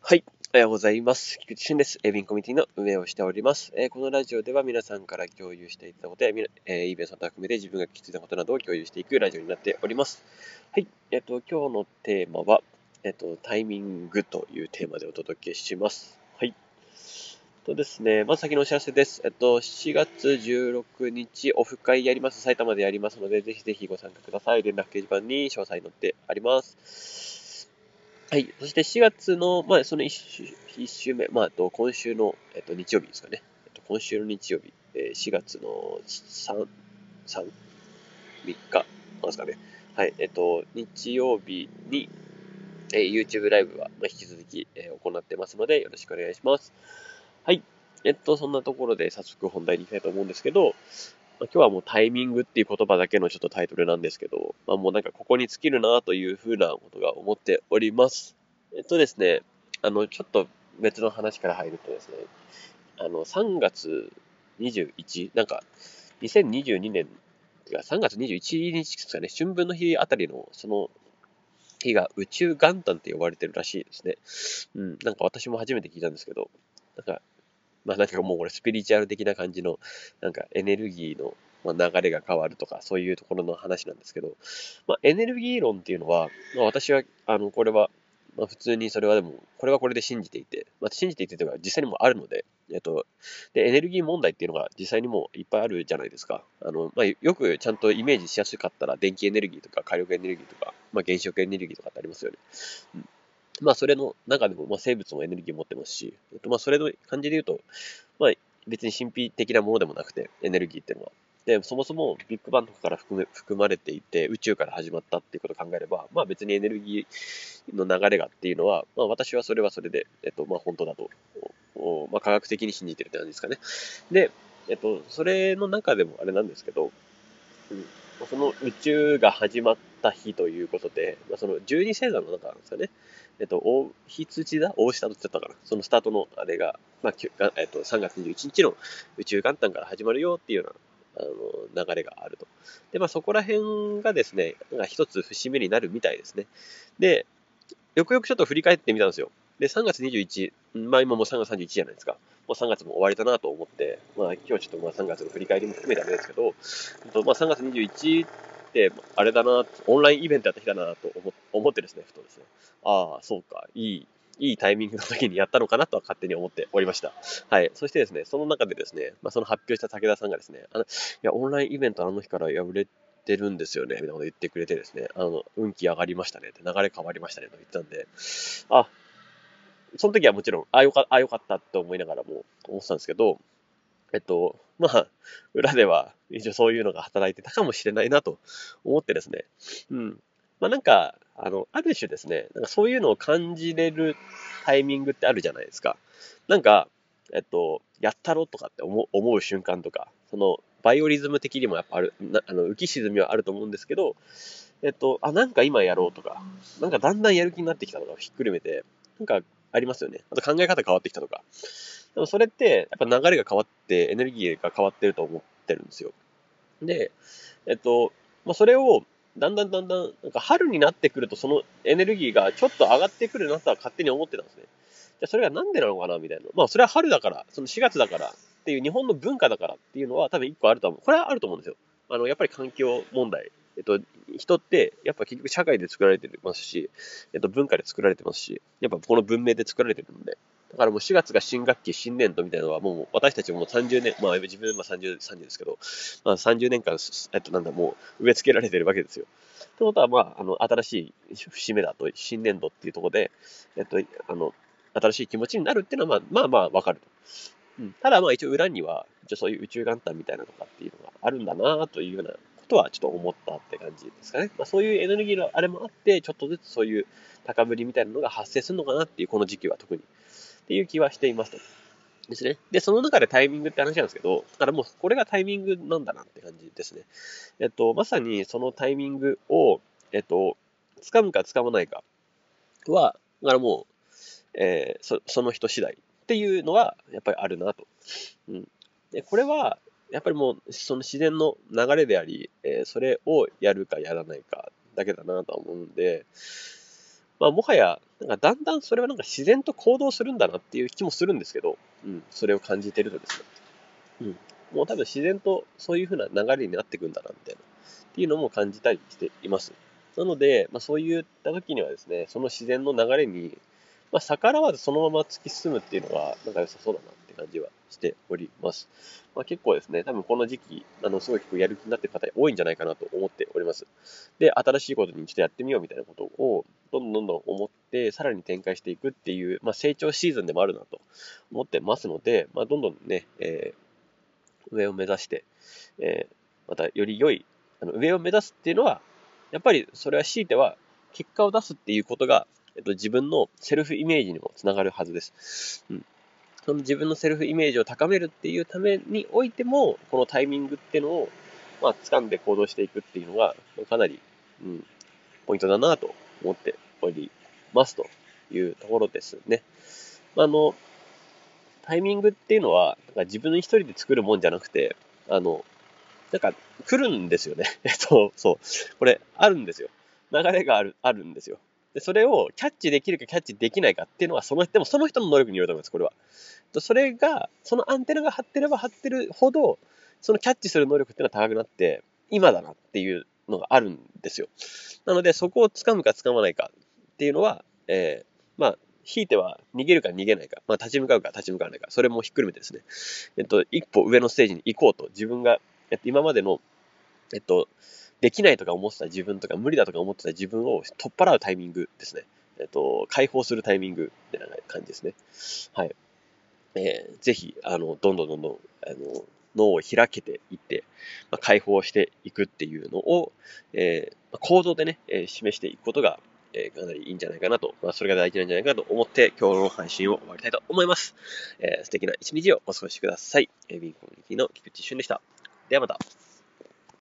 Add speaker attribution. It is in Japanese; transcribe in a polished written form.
Speaker 1: はい。おはようございます。菊池俊です。ビンコミュニティの運営をしております。このラジオでは皆さんから共有していたことや、イベントと含めて自分が気づいたことなどを共有していくラジオになっております。はい。今日のテーマは、タイミングというテーマでお届けします。はい。ですね、まず先のお知らせです。7月16日、オフ会やります。埼玉でやりますので、ぜひぜひご参加ください。連絡掲示板に詳細載ってあります。はい。そして4月の、その1週目、今週の、日曜日ですかね。今週の日曜日、4月の3日、なんですかね。はい。日曜日に、YouTube ライブは、引き続き、行ってますので、よろしくお願いします。はい。そんなところで早速本題に行きたいと思うんですけど、今日はもうタイミングっていう言葉だけのちょっとタイトルなんですけど、もうなんかここに尽きるなというふうなことが思っております。ですね、ちょっと別の話から入るとですね、3月21、なんか、2022年、3月21日ですかね、春分の日あたりの、その日が宇宙元旦って呼ばれてるらしいですね。なんか私も初めて聞いたんですけど、なんか、なんかもうこれスピリチュアル的な感じの、なんかエネルギーの流れが変わるとか、そういうところの話なんですけど、エネルギー論っていうのは、私は、これは、普通にそれはでも、これはこれで信じていて、信じていてというか、実際にもあるので、で、エネルギー問題っていうのが実際にもいっぱいあるじゃないですか。よくちゃんとイメージしやすかったら、電気エネルギーとか火力エネルギーとか、原子力エネルギーとかってありますよね。それの中でも、生物もエネルギーを持ってますし、それの感じで言うと、まあ、別に神秘的なものでもなくて、エネルギーっていうのは。で、そもそもビッグバンとかから含まれていて、宇宙から始まったっていうことを考えれば、別にエネルギーの流れがっていうのは、私はそれはそれで、本当だと、科学的に信じてるって感じですかね。で、それの中でもあれなんですけど、その宇宙が始まった日ということで、その12星座の中なんですかね。大羊だ大下と言ってたかな。そのスタートのあれが、3月21日の宇宙元旦から始まるよっていうような、流れがあると。で、そこら辺がですね、なんか一つ節目になるみたいですね。で、よくよくちょっと振り返ってみたんですよ。で、3月21、今もう3月31じゃないですか。もう3月も終わりだなと思って、今日はちょっと3月の振り返りも含めてあれですけど、3月21って、あれだな、オンラインイベントやった日だなと思ってですね、ふとですね。ああ、そうか、いいタイミングの時にやったのかなとは勝手に思っておりました。はい。そしてですね、その中でですね、その発表した武田さんがですね、いや、オンラインイベントあの日からやれてるんですよね、みたいなこと言ってくれてですね、運気上がりましたねって、流れ変わりましたねと言ってたんで、あ、その時はもちろん、よかったって思いながらも思ってたんですけど、裏では一応そういうのが働いてたかもしれないなと思ってですね。うん。なんか、ある種ですね、なんかそういうのを感じれるタイミングってあるじゃないですか。なんか、やったろとかって思う瞬間とか、その、バイオリズム的にもやっぱある、浮き沈みはあると思うんですけど、なんか今やろうとか、なんかだんだんやる気になってきたとかひっくるめて、なんかありますよね。あと考え方変わってきたとか。でもそれって、やっぱ流れが変わって、エネルギーが変わってると思ってるんですよ。で、それを、だんだん、なんか春になってくると、そのエネルギーがちょっと上がってくるなとは勝手に思ってたんですね。じゃあそれがなんでなのかなみたいな。それは春だから、その4月だからっていう日本の文化だからっていうのは多分一個あると思う。これはあると思うんですよ。やっぱり環境問題。人って、やっぱ結局社会で作られてますし、文化で作られてますし、やっぱこの文明で作られてるので、だからもう4月が新学期、新年度みたいなのはもう私たちももう30年、自分は30ですけど、30年間、もう植え付けられてるわけですよ。ってことは、新しい節目だと、新年度っていうところで、えっと、あの、新しい気持ちになるっていうのは、わかると。ただ、一応裏には、一応そういう宇宙元旦みたいなのとかっていうのがあるんだなというようなことはちょっと思ったって感じですかね。そういうエネルギーのあれもあって、ちょっとずつそういう高ぶりみたいなのが発生するのかなっていう、この時期は特に。っていう気はしていますと。ですね。で、その中でタイミングって話なんですけど、だからもうこれがタイミングなんだなって感じですね。まさにそのタイミングを、掴むか掴まないかは、だからもう、その人次第っていうのは、やっぱりあるなと。で、これは、やっぱりもう、その自然の流れであり、それをやるかやらないかだけだなとは思うんで、 もはや、だんだんそれは自然と行動するんだなっていう気もするんですけど、それを感じてるとですね。もう多分自然とそういう風な流れになっていくんだな、みたいな。っていうのも感じたりしています。なので、そういった時にはですね、その自然の流れに、逆らわずそのまま突き進むっていうのが、良さそうだなって感じはしております。結構ですね、多分この時期、すごい結構やる気になってる方多いんじゃないかなと思っております。で、新しいことにちょっとやってみようみたいなことを、どんどん思って、さらに展開していくっていう、成長シーズンでもあるなと思ってますので、どんどんね、上を目指して、またより良い、上を目指すっていうのは、やっぱりそれは強いては、結果を出すっていうことが、自分のセルフイメージにもつながるはずです。その自分のセルフイメージを高めるっていうためにおいても、このタイミングっていうのを、掴んで行動していくっていうのが、かなり、ポイントだなと思っておりますというところですね。タイミングっていうのは、自分一人で作るもんじゃなくて、なんか来るんですよね。そう。これ、あるんですよ。流れがあるんですよ。で、それをキャッチできるかキャッチできないかっていうのは、でもその人の能力によると思います、これは。それが、そのアンテナが張ってれば張ってるほど、そのキャッチする能力っていうのは高くなって、今だなっていうのがあるんですよ。なので、そこを掴むか掴まないかっていうのは、ひいては逃げるか逃げないか、立ち向かうか立ち向かわないか、それもひっくるめてですね、一歩上のステージに行こうと、自分が、今までの、できないとか思ってた自分とか、無理だとか思ってた自分を取っ払うタイミングですね。解放するタイミングってな感じですね。はい。ぜひ、どんどん、脳を開けていって、解放していくっていうのを、行動でね、示していくことが、かなりいいんじゃないかなと、それが大事なんじゃないかなと思って、今日の配信を終わりたいと思います。素敵な一日をお過ごしください。ビンコミュニティの菊池俊でした。ではまた。